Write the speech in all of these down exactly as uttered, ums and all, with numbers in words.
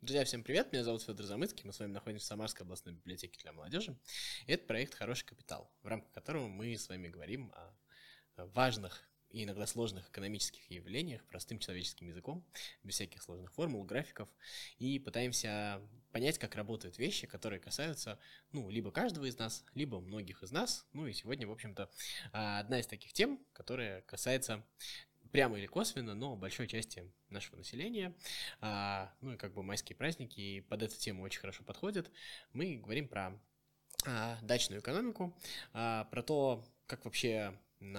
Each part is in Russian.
Друзья, всем привет! Меня зовут Федор Замыцкий, мы с вами находимся в Самарской областной библиотеке для молодежи. И это проект «Хороший капитал», в рамках которого мы с вами говорим о важных и иногда сложных экономических явлениях простым человеческим языком, без всяких сложных формул, графиков, и пытаемся понять, как работают вещи, которые касаются, ну, либо каждого из нас, либо многих из нас. Ну и сегодня, в общем-то, одна из таких тем, которая касается прямо или косвенно, но большой части нашего населения. А, ну и как бы майские праздники и под эту тему очень хорошо подходят. Мы говорим про а, дачную экономику, а, про то, как вообще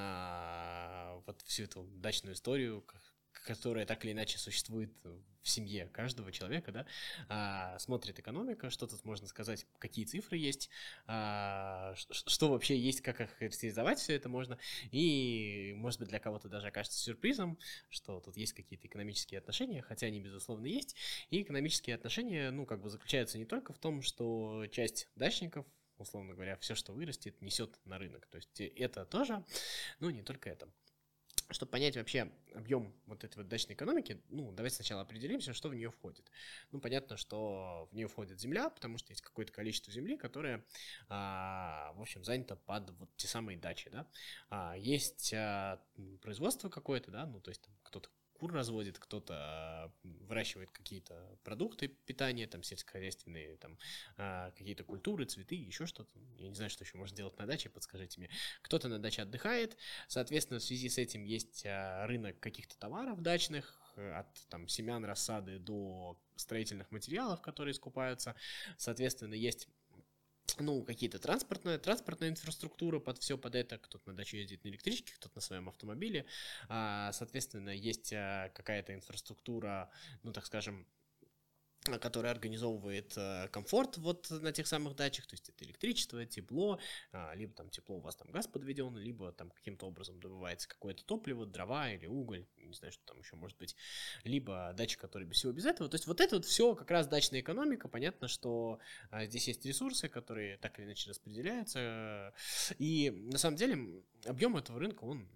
на вот всю эту дачную историю, которая так или иначе существует в семье каждого человека, да, а, смотрит экономика, что тут можно сказать, какие цифры есть, а, что вообще есть, как охарактеризовать все это можно, и, может быть, для кого-то даже окажется сюрпризом, что тут есть какие-то экономические отношения, хотя они, безусловно, есть, и экономические отношения, ну, как бы заключаются не только в том, что часть дачников, условно говоря, все, что вырастет, несет на рынок, то есть это тоже, но не только это. Чтобы понять вообще объем вот этой вот дачной экономики, ну, давайте сначала определимся, что в нее входит. Ну, понятно, что в нее входит земля, потому что есть какое-то количество земли, которое, а, в общем, занято под вот те самые дачи, да. А, есть а, производство какое-то, да, ну, то есть там кто-то кур разводит, кто-то выращивает какие-то продукты питания, там сельскохозяйственные, там а, какие-то культуры, цветы, еще что-то. Я не знаю, что еще можно делать на даче, подскажите мне. Кто-то на даче отдыхает, соответственно, в связи с этим есть а, рынок каких-то товаров дачных, от там семян, рассады до строительных материалов, которые скупаются. Соответственно, есть ну, какие-то транспортная, транспортная инфраструктура под все под это. Кто-то на дачу ездит на электричке, кто-то на своем автомобиле. А, соответственно, есть а, какая-то инфраструктура, ну, так скажем, которая организовывает э, комфорт вот на тех самых дачах, то есть это электричество, тепло, а, либо там тепло у вас там газ подведен, либо там каким-то образом добывается какое-то топливо, дрова или уголь, не знаю, что там еще может быть, либо дача, которая без всего без этого. То есть вот это вот все как раз дачная экономика. Понятно, что а, здесь есть ресурсы, которые так или иначе распределяются, и на самом деле объем этого рынка, он,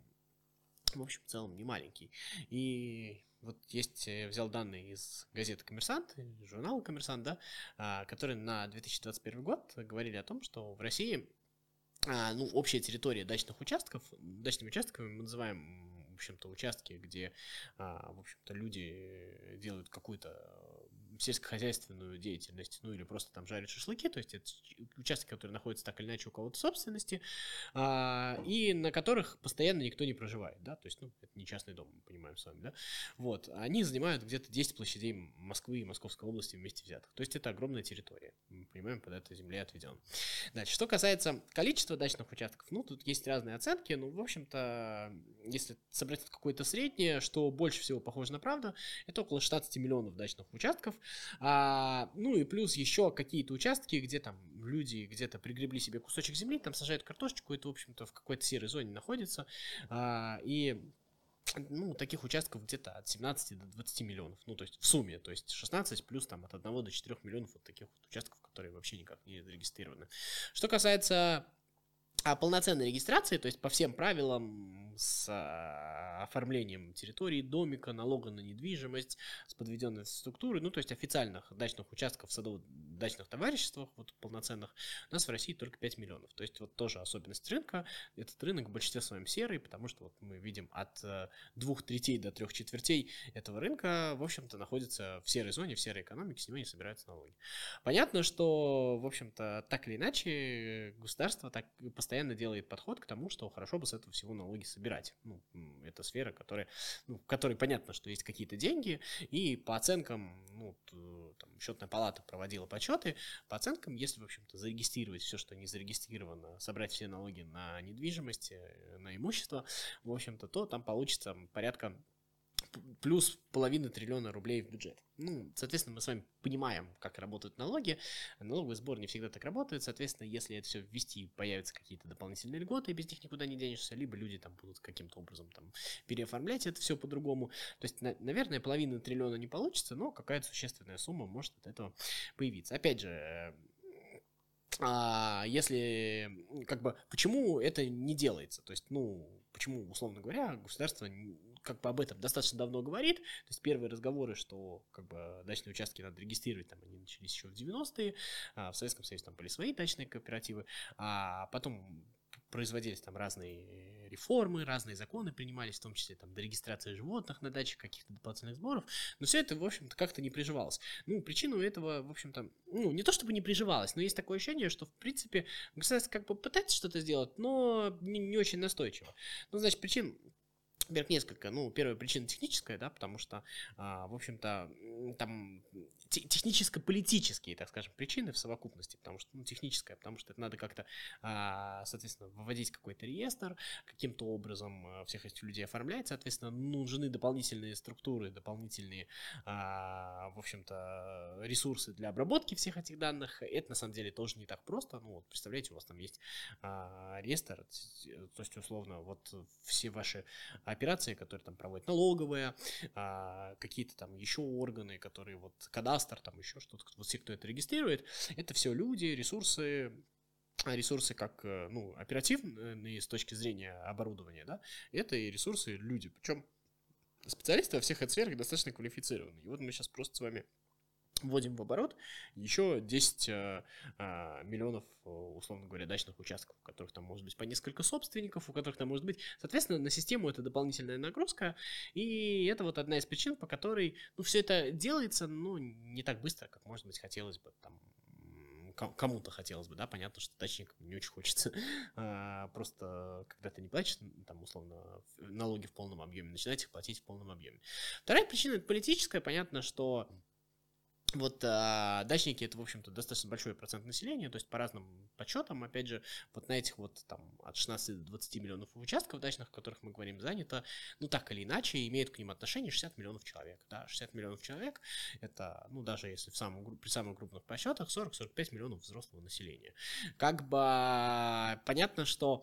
в общем, в целом не маленький. И вот есть, я взял данные из газеты «Коммерсант», журнала «Коммерсант», да, которые на две тысячи двадцать первый год говорили о том, что в России ну, общая территория дачных участков, дачными участками мы называем, в общем-то, участки, где, в общем-то, люди делают какую-то сельскохозяйственную деятельность, ну или просто там жарят шашлыки, то есть это участки, которые находятся так или иначе у кого-то в собственности, а, и на которых постоянно никто не проживает, да, то есть, ну, это не частный дом, мы понимаем с вами, да, вот, они занимают где-то десять площадей Москвы и Московской области вместе взятых, то есть это огромная территория, мы понимаем, под этой землей отведен. Дальше, что касается количества дачных участков, ну, тут есть разные оценки, ну, в общем-то, если собрать какое-то среднее, что больше всего похоже на правду, это около шестнадцать миллионов дачных участков, а, ну, и плюс еще какие-то участки, где там люди где-то пригребли себе кусочек земли, там сажают картошечку, это, в общем-то, в какой-то серой зоне находится, а, и ну, таких участков где-то от семнадцати до двадцати миллионов, ну, то есть в сумме, то есть шестнадцать плюс там от одного до четырёх миллионов вот таких вот участков, которые вообще никак не зарегистрированы. Что касается а полноценной регистрации, то есть по всем правилам, с а, оформлением территории, домика, налога на недвижимость, с подведенной структурой, ну, то есть официальных дачных участков в садово-дачных товариществах, вот полноценных, у нас в России только пять миллионов. То есть вот тоже особенность рынка. Этот рынок в большинстве своем серый, потому что вот мы видим от двух третей до трех четвертей этого рынка, в общем-то, находится в серой зоне, в серой экономике, с него не собираются налоги. Понятно, что, в общем-то, так или иначе, государство так постоянно делает подход к тому, что хорошо бы с этого всего налоги собирать. Ну, это сфера, которая, ну, в которой понятно, что есть какие-то деньги, и по оценкам, ну, там, счетная палата проводила подсчеты, по оценкам, если, в общем-то, зарегистрировать все, что не зарегистрировано, собрать все налоги на недвижимость, на имущество, в общем-то, то там получится порядка плюс половина триллиона рублей в бюджет. Ну, соответственно, мы с вами понимаем, как работают налоги. Налоговый сбор не всегда так работает. Соответственно, если это все ввести, появятся какие-то дополнительные льготы, и без них никуда не денешься, либо люди там будут каким-то образом там переоформлять это все по-другому. То есть, на, наверное, половина триллиона не получится, но какая-то существенная сумма может от этого появиться. Опять же, а если, как бы, почему это не делается? То есть, ну, почему, условно говоря, государство как бы об этом достаточно давно говорит. То есть первые разговоры, что как бы дачные участки надо регистрировать, там они начались еще в девяностые. А в Советском Союзе там были свои дачные кооперативы, а потом производились там разные реформы, разные законы принимались, в том числе там до регистрации животных на даче, каких-то дополнительных сборов, но все это, в общем-то, как-то не приживалось. Ну, причина этого, в общем-то, ну, не то чтобы не приживалось, но есть такое ощущение, что, в принципе, государство как бы пытается что-то сделать, но не, не очень настойчиво. Ну, значит, причин во-первых, несколько. Ну, первая причина техническая, да, потому что, а, в общем-то, там те- техническо-политические, так скажем, причины в совокупности, потому что, ну, техническая, потому что это надо как-то, а, соответственно, выводить какой-то реестр, каким-то образом а, всех этих людей оформлять, соответственно, нужны дополнительные структуры, дополнительные, а, в общем-то, ресурсы для обработки всех этих данных. Это, на самом деле, тоже не так просто. Ну, вот, представляете, у вас там есть а, реестр, то есть, условно, вот все ваши операции, которые там проводит налоговая, а, какие-то там еще органы, которые вот кадастр, там еще что-то, вот все, кто это регистрирует, это все люди, ресурсы, ресурсы как, ну, оперативные с точки зрения оборудования, да, это и ресурсы люди, причем специалисты во всех этих сферах достаточно квалифицированы. И вот мы сейчас просто с вами вводим в оборот еще десять а, а, миллионов, условно говоря, дачных участков, у которых там может быть по несколько собственников, у которых там может быть, соответственно, на систему это дополнительная нагрузка, и это вот одна из причин, по которой, ну, все это делается, ну, не так быстро, как, может быть, хотелось бы, там, кому-то хотелось бы, да, понятно, что дачникам не очень хочется, а, просто когда ты не платишь, там, условно, налоги в полном объеме, начинать их платить в полном объеме. Вторая причина – это политическая, понятно, что вот а, дачники это, в общем-то, достаточно большой процент населения, то есть по разным подсчетам, опять же, вот на этих вот там от шестнадцати до двадцати миллионов участков дачных, о которых мы говорим, занято, ну так или иначе, имеют к ним отношение шестьдесят миллионов человек, да, шестьдесят миллионов человек, это, ну даже если в самом, при самых крупных подсчетах, сорок-сорок пять миллионов взрослого населения. Как бы понятно, что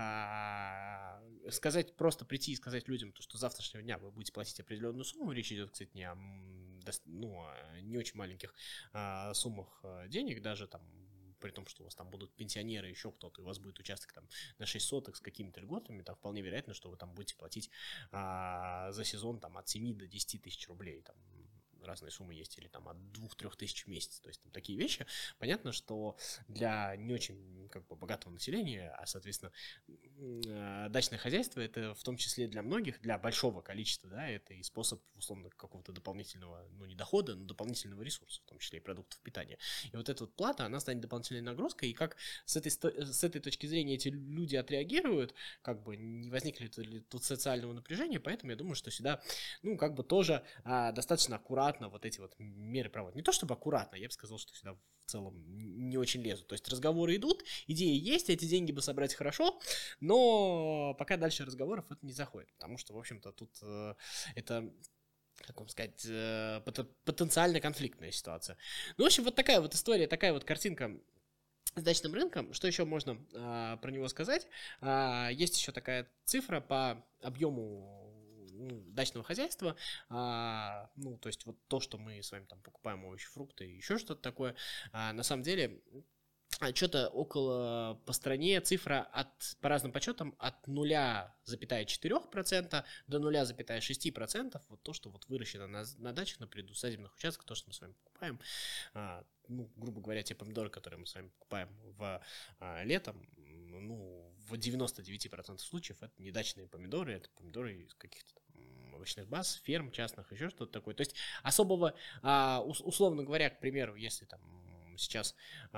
а, сказать, просто прийти и сказать людям, то, что с завтрашнего дня вы будете платить определенную сумму, речь идет, кстати, не о, ну, не очень маленьких а, суммах а, денег, даже там, при том, что у вас там будут пенсионеры, еще кто-то, и у вас будет участок там на шесть соток с какими-то льготами, там вполне вероятно, что вы там будете платить а, за сезон там от семи до десяти тысяч рублей, там разные суммы есть, или там от двух-трёх тысяч в месяц, то есть там такие вещи. Понятно, что для не очень как бы богатого населения, а соответственно дачное хозяйство, это в том числе для многих, для большого количества, да, это и способ условно какого-то дополнительного, ну не дохода, но дополнительного ресурса, в том числе и продуктов питания. И вот эта вот плата, она станет дополнительной нагрузкой, и как с этой, с этой точки зрения эти люди отреагируют, как бы не возникнет ли тут социального напряжения, поэтому я думаю, что сюда, ну как бы тоже а, достаточно аккуратно вот эти вот меры проводят. Не то чтобы аккуратно, я бы сказал, что сюда в целом не очень лезут. То есть разговоры идут, идеи есть, эти деньги бы собрать хорошо, но пока дальше разговоров это не заходит, потому что, в общем-то, тут э, это, как вам сказать, э, потенциально конфликтная ситуация. Ну, в общем, вот такая вот история, такая вот картинка с дачным рынком. Что еще можно а, про него сказать? А, есть еще такая цифра по объему дачного хозяйства, а, ну, то есть вот то, что мы с вами там покупаем овощи, фрукты и еще что-то такое, а, на самом деле что-то около по стране цифра от, по разным подсчетам от ноль целых четыре десятых процента до ноль целых шесть десятых процента, вот то, что вот выращено на, на дачах, на предусадебных участках, то, что мы с вами покупаем, а, ну, грубо говоря, те помидоры, которые мы с вами покупаем в а, летом, ну, в девяноста девяти процентах случаев это не дачные помидоры, это помидоры из каких-то там овощных баз, ферм частных, еще что-то такое. То есть особого, а, условно говоря, к примеру, если там сейчас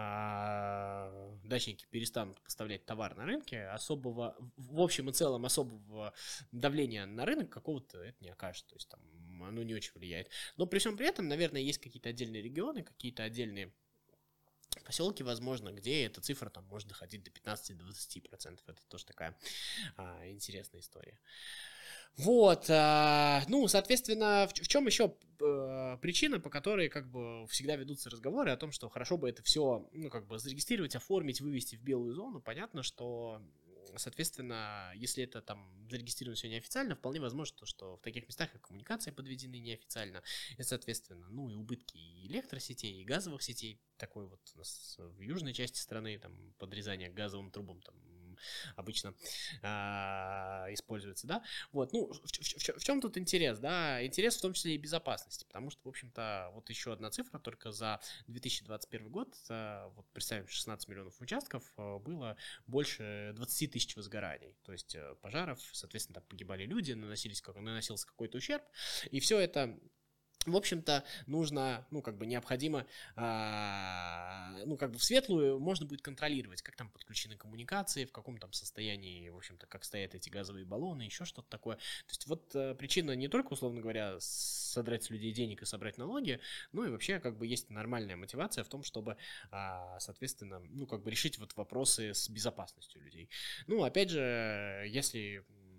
а, дачники перестанут поставлять товар на рынке, особого, в общем и целом особого давления на рынок какого-то это не окажет, то есть там оно не очень влияет. Но при всем при этом, наверное, есть какие-то отдельные регионы, какие-то отдельные поселки, возможно, где эта цифра там может доходить до пятнадцати-двадцати процентов. Это тоже такая а, интересная история. Вот, а, ну, соответственно, в, в чем еще э, причина, по которой как бы всегда ведутся разговоры о том, что хорошо бы это все, ну, как бы зарегистрировать, оформить, вывести в белую зону. Понятно, что, соответственно, если это там зарегистрировано все неофициально, вполне возможно, то, что в таких местах и коммуникации подведены неофициально, и, соответственно, ну, и убытки и электросетей, и газовых сетей, такой вот у нас в южной части страны, там, подрезание газовым трубам, там, там обычно а, используется, да. Вот, ну, в, в, в, в чем тут интерес, да? Интерес в том числе и безопасности, потому что, в общем-то, вот еще одна цифра, только за две тысячи двадцать первый год, а, вот представим, шестнадцать миллионов участков, а, было больше двадцать тысяч возгораний, то есть а, пожаров, соответственно, там погибали люди, наносились, наносился какой-то ущерб, и все это, в общем-то, нужно, ну, как бы необходимо, а, ну, как бы в светлую можно будет контролировать, как там подключены коммуникации, в каком там состоянии, в общем-то, как стоят эти газовые баллоны, еще что-то такое. То есть вот а, причина не только, условно говоря, содрать с людей денег и собрать налоги, но и вообще, как бы, есть нормальная мотивация в том, чтобы, а, соответственно, ну, как бы решить вот вопросы с безопасностью людей. Ну, опять же, если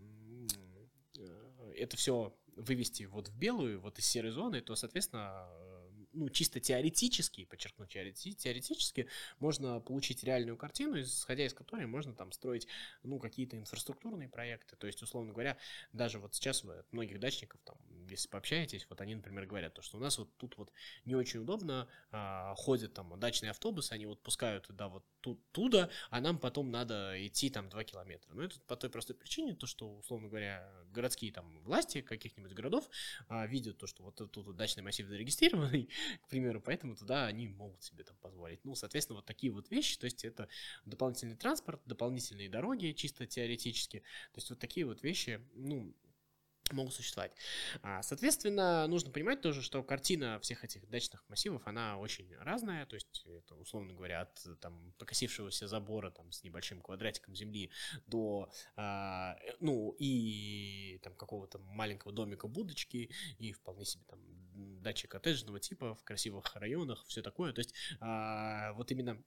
это все вывести вот в белую, вот из серой зоны, то, соответственно, ну, чисто теоретически, подчеркну, теоретически, можно получить реальную картину, исходя из которой можно там строить, ну, какие-то инфраструктурные проекты. То есть, условно говоря, даже вот сейчас вы от многих дачников, там, если пообщаетесь, вот они, например, говорят, то, что у нас вот тут вот не очень удобно, а, ходят там дачные автобусы, они вот пускают, да, вот тут, туда, а нам потом надо идти там два километра. Но это по той простой причине, то, что, условно говоря, городские там власти каких-нибудь городов а, видят то, что вот тут вот дачный массив зарегистрированный, к примеру, поэтому туда они могут себе там позволить. Ну, соответственно, вот такие вот вещи, то есть это дополнительный транспорт, дополнительные дороги, чисто теоретически, то есть вот такие вот вещи, ну, могут существовать. Соответственно, нужно понимать тоже, что картина всех этих дачных массивов, она очень разная, то есть это, условно говоря, от там покосившегося забора там с небольшим квадратиком земли до, а, ну, и там какого-то маленького домика будочки, и вполне себе там дачи коттеджного типа в красивых районах, все такое, то есть а, вот именно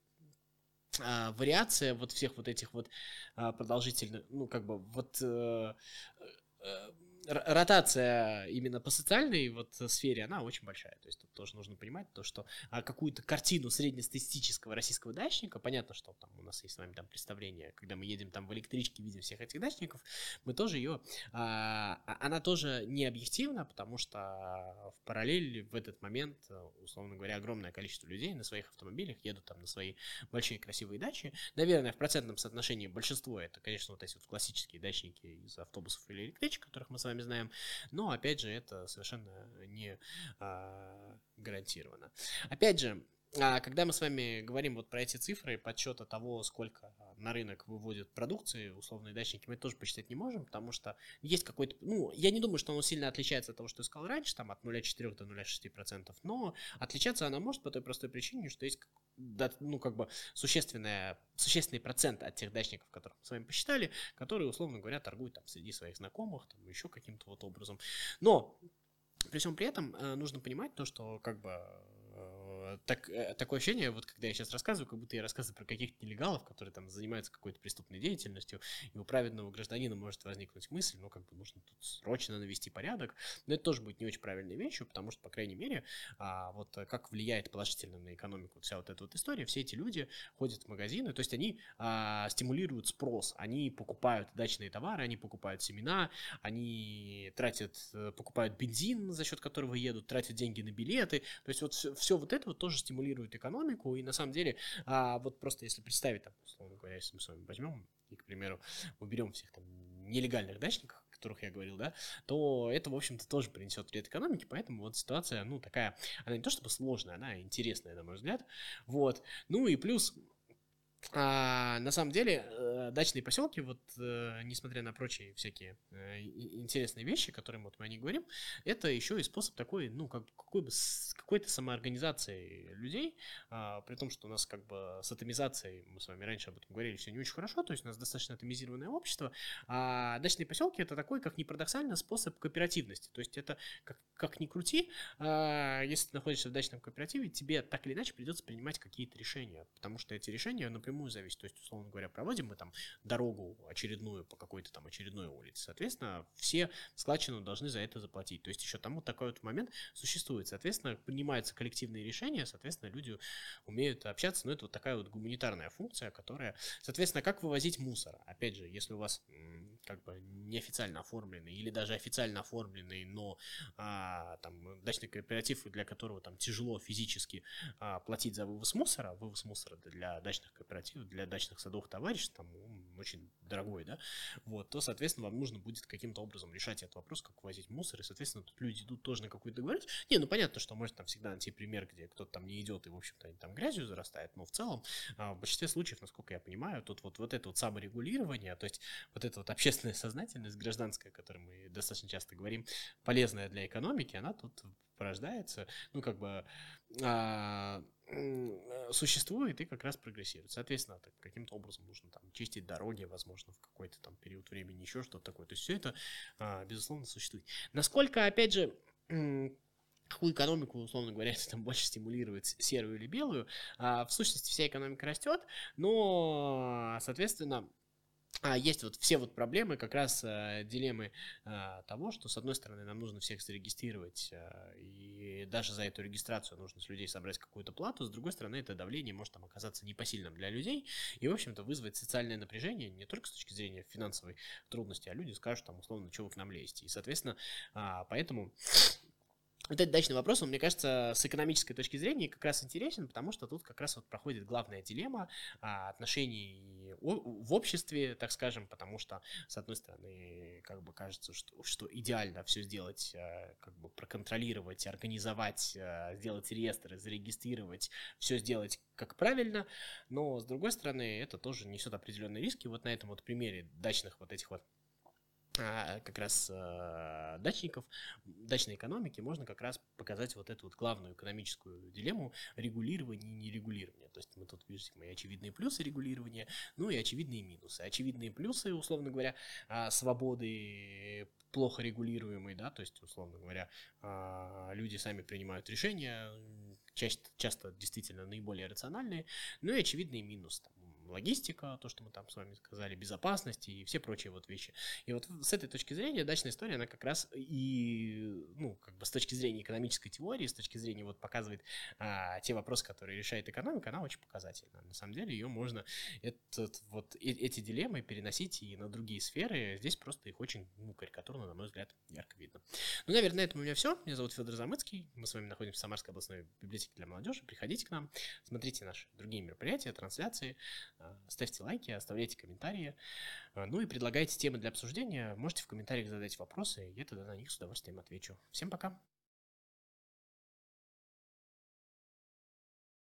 а, вариация вот всех вот этих вот а, продолжительных, ну, как бы вот э, э, ротация именно по социальной вот сфере, она очень большая. То есть тут тоже нужно понимать то, что а, какую-то картину среднестатистического российского дачника, понятно, что там у нас есть с вами там представление, когда мы едем там в электричке, видим всех этих дачников, мы тоже ее, а, она тоже не объективна, потому что в параллель в этот момент, условно говоря, огромное количество людей на своих автомобилях едут там на свои большие красивые дачи. Наверное, в процентном соотношении большинство это, конечно, вот эти вот классические дачники из автобусов или электричек, которых мы с вами знаем, но, опять же, это совершенно не а, гарантированно. Опять же, а, когда мы с вами говорим вот про эти цифры, подсчета того, сколько на рынок выводят продукции условные дачники, мы тоже посчитать не можем, потому что есть какой-то, ну, я не думаю, что оно сильно отличается от того, что я сказал раньше, там от ноль целых четыре десятых до ноль целых шесть десятых процента, но отличаться она может по той простой причине, что есть, ну, как бы существенная, существенный процент от тех дачников, которых мы с вами посчитали, которые, условно говоря, торгуют там среди своих знакомых, там еще каким-то вот образом. Но при всем при этом нужно понимать то, что как бы так, такое ощущение, вот когда я сейчас рассказываю, как будто я рассказываю про каких-то нелегалов, которые там занимаются какой-то преступной деятельностью, и у праведного гражданина может возникнуть мысль, ну, как бы нужно тут срочно навести порядок, но это тоже будет не очень правильной вещью, потому что, по крайней мере, а, вот как влияет положительно на экономику вот вся вот эта вот история, все эти люди ходят в магазины, то есть они а, стимулируют спрос, они покупают дачные товары, они покупают семена, они тратят, покупают бензин, за счет которого едут, тратят деньги на билеты, то есть вот все, все вот это вот тоже стимулирует экономику, и на самом деле, а, вот просто если представить, там, условно говоря, если мы с вами возьмем и, к примеру, уберем всех там нелегальных дачников, о которых я говорил, да, то это, в общем-то, тоже принесет вред экономике, поэтому вот ситуация, ну, такая, она не то чтобы сложная, она интересная, на мой взгляд, вот, ну и плюс... А, на самом деле, э, дачные поселки, вот, э, несмотря на прочие всякие э, интересные вещи, которые вот мы о них говорим, это еще и способ такой, ну, как какой бы с какой-то самоорганизации людей, а, при том, что у нас как бы с атомизацией, мы с вами раньше об этом говорили, все не очень хорошо, то есть у нас достаточно атомизированное общество, а дачные поселки это такой, как ни парадоксально, способ кооперативности, то есть это как, как ни крути, а, если ты находишься в дачном кооперативе, тебе так или иначе придется принимать какие-то решения, потому что эти решения, например, напрямую зависит. То есть, условно говоря, проводим мы там дорогу очередную по какой-то там очередной улице. Соответственно, все складчину должны за это заплатить. То есть, еще там вот такой вот момент существует. Соответственно, принимаются коллективные решения, соответственно, люди умеют общаться. Но это вот такая вот гуманитарная функция, которая... Соответственно, как вывозить мусор? Опять же, если у вас как бы неофициально оформленный или даже официально оформленный, но а, там дачный кооператив, для которого там тяжело физически а, платить за вывоз мусора, вывоз мусора для дачных кооперативов, кооператив для дачных садовых товариществ, там он очень дорогой, да, вот, то, соответственно, вам нужно будет каким-то образом решать этот вопрос, как вывозить мусор, и, соответственно, тут люди идут тоже на какую-то договоренность. Не, ну, понятно, что может там всегда найти пример, где кто-то там не идет, и, в общем-то, они там грязью зарастает, но в целом, в большинстве случаев, насколько я понимаю, тут вот, вот это вот саморегулирование, то есть вот эта вот общественная сознательность гражданская, о которой мы достаточно часто говорим, полезная для экономики, она тут порождается, ну, как бы а, существует и как раз прогрессирует. Соответственно, так, каким-то образом нужно там чистить дороги, возможно, в какой-то там период времени, еще что-то такое. То есть все это, а, безусловно, существует. Насколько, опять же, какую экономику, условно говоря, там больше стимулирует серую или белую, а, в сущности вся экономика растет, но, соответственно, А, есть вот все вот проблемы, как раз а, дилеммы а, того, что, с одной стороны, нам нужно всех зарегистрировать, а, и даже за эту регистрацию нужно с людей собрать какую-то плату, с другой стороны, это давление может там оказаться непосильным для людей и, в общем-то, вызвать социальное напряжение не только с точки зрения финансовой трудности, а люди скажут, там, условно, что вы к нам лезете. И, соответственно, а, поэтому... Вот этот дачный вопрос, он, мне кажется, с экономической точки зрения как раз интересен, потому что тут как раз вот проходит главная дилемма а, отношений в обществе, так скажем, потому что, с одной стороны, как бы кажется, что, что идеально все сделать, а, как бы проконтролировать, организовать, а, сделать реестры, зарегистрировать, все сделать как правильно, но, с другой стороны, это тоже несет определенные риски. Вот на этом вот примере дачных вот этих вот как раз э, дачников, дачной экономики можно как раз показать вот эту вот главную экономическую дилемму регулирования и нерегулирования. То есть мы тут видим и очевидные плюсы регулирования, ну и очевидные минусы. Очевидные плюсы, условно говоря, свободы плохо регулируемой, да, то есть, условно говоря, люди сами принимают решения, часто, часто действительно наиболее рациональные, ну и очевидные минусы. Там, логистика, то, что мы там с вами сказали, безопасность и все прочие вот вещи. И вот с этой точки зрения дачная история, она как раз и, ну, как бы с точки зрения экономической теории, с точки зрения вот показывает а, те вопросы, которые решает экономика, она очень показательна. На самом деле ее можно, этот, вот, э- эти дилеммы переносить и на другие сферы. Здесь просто их очень, ну, карикатурно, на мой взгляд, ярко видно. Ну, наверное, на этом у меня все. Меня зовут Федор Замыцкий. Мы с вами находимся в Самарской областной библиотеке для молодежи. Приходите к нам, смотрите наши другие мероприятия, трансляции. Ставьте лайки, оставляйте комментарии, ну и предлагайте темы для обсуждения. Можете в комментариях задать вопросы, я тогда на них с удовольствием отвечу. Всем пока!